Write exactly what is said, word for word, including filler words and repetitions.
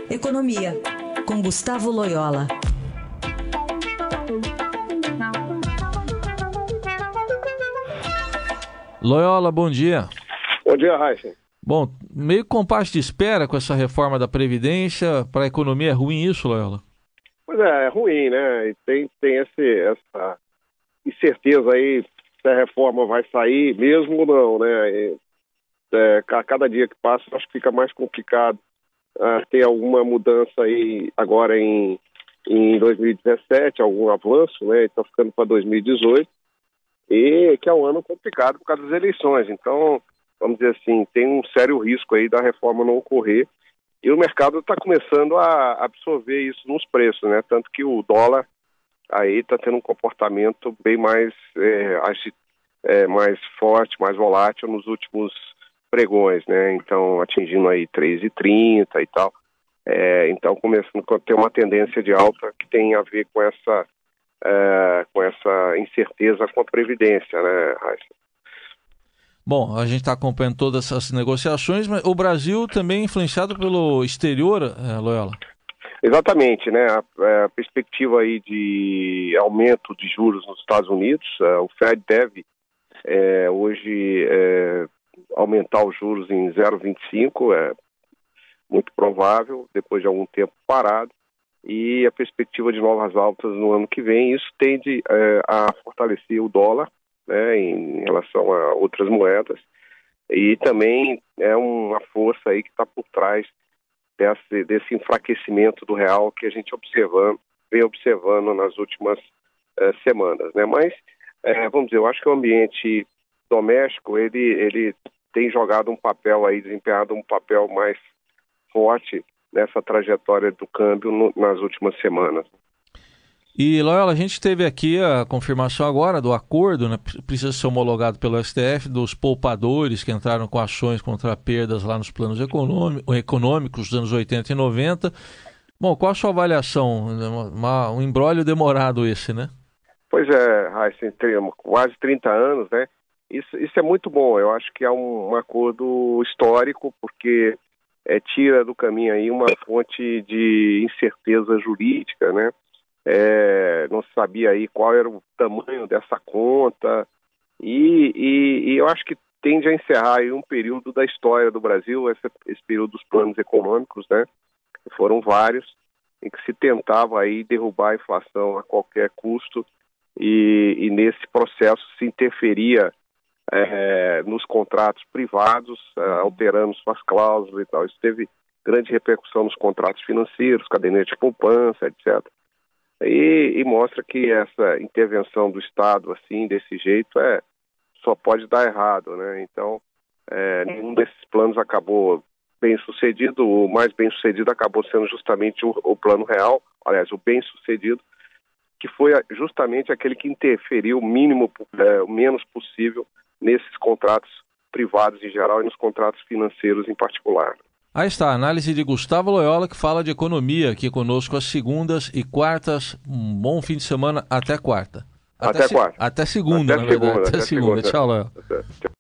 Economia, com Gustavo Loyola. Loyola, bom dia. Bom dia, Raíssa. Bom, meio compasso de espera com essa reforma da Previdência, para a economia é ruim isso, Loyola? Pois é, é ruim, né? E tem, tem esse, essa incerteza aí se a reforma vai sair mesmo ou não, né? E, é, a cada dia que passa, acho que fica mais complicado uh, ter alguma mudança aí agora em, em dois mil e dezessete, algum avanço, né? Está ficando para dois mil e dezoito, e que é um ano complicado por causa das eleições. Então, vamos dizer assim, tem um sério risco aí da reforma não ocorrer, e o mercado está começando a absorver isso nos preços, né? Tanto que o dólar aí está tendo um comportamento bem mais, é, é, mais forte, mais volátil nos últimos pregões, né? Então, atingindo aí três e trinta e tal. É, então, começando a ter uma tendência de alta que tem a ver com essa, é, com essa incerteza com a Previdência, né, Raíssa? Bom, a gente está acompanhando todas essas negociações, mas o Brasil também é influenciado pelo exterior, é, Loyola? Exatamente, né? A, a perspectiva aí de aumento de juros nos Estados Unidos, uh, o Fed deve é, hoje é, aumentar os juros em zero vírgula vinte e cinco, é muito provável, depois de algum tempo parado, e a perspectiva de novas altas no ano que vem. Isso tende é, a fortalecer o dólar, né, em relação a outras moedas, e também é uma força aí que está por trás desse, desse enfraquecimento do real que a gente observando, vem observando nas últimas uh, semanas, né? Mas, uh, vamos dizer, eu acho que o ambiente doméstico, ele, ele tem jogado um papel aí, desempenhado um papel mais forte nessa trajetória do câmbio no, nas últimas semanas. E, Loyola, a gente teve aqui a confirmação agora do acordo, né, precisa ser homologado pelo S T F, dos poupadores que entraram com ações contra perdas lá nos planos econômicos dos anos oitenta e noventa. Bom, qual a sua avaliação? Uma, um imbróglio demorado esse, né? Pois é, Raíssa, tem quase trinta anos, né? Isso, isso é muito bom. Eu acho que é um, um acordo histórico, porque é, tira do caminho aí uma fonte de incerteza jurídica, né? É, não se sabia aí qual era o tamanho dessa conta, e, e, e eu acho que tende a encerrar aí um período da história do Brasil, esse, esse período dos planos econômicos, né? Foram vários, em que se tentava aí derrubar a inflação a qualquer custo, e, e nesse processo se interferia é, nos contratos privados, é, alterando suas cláusulas e tal. Isso teve grande repercussão nos contratos financeiros, caderneta de poupança, etcétera. E, e mostra que essa intervenção do Estado, assim, desse jeito, é, só pode dar errado, né? Então, é, nenhum desses planos acabou bem sucedido. O mais bem sucedido acabou sendo justamente o, o plano real, aliás, o bem sucedido, que foi justamente aquele que interferiu o mínimo, é, o menos possível nesses contratos privados em geral e nos contratos financeiros em particular. Aí está a análise de Gustavo Loyola, que fala de economia aqui conosco às segundas e quartas. Um bom fim de semana até quarta. Até, até quarta. Até segunda, até na segunda, verdade. Até, até segunda. segunda. Tchau, Loyola. Até.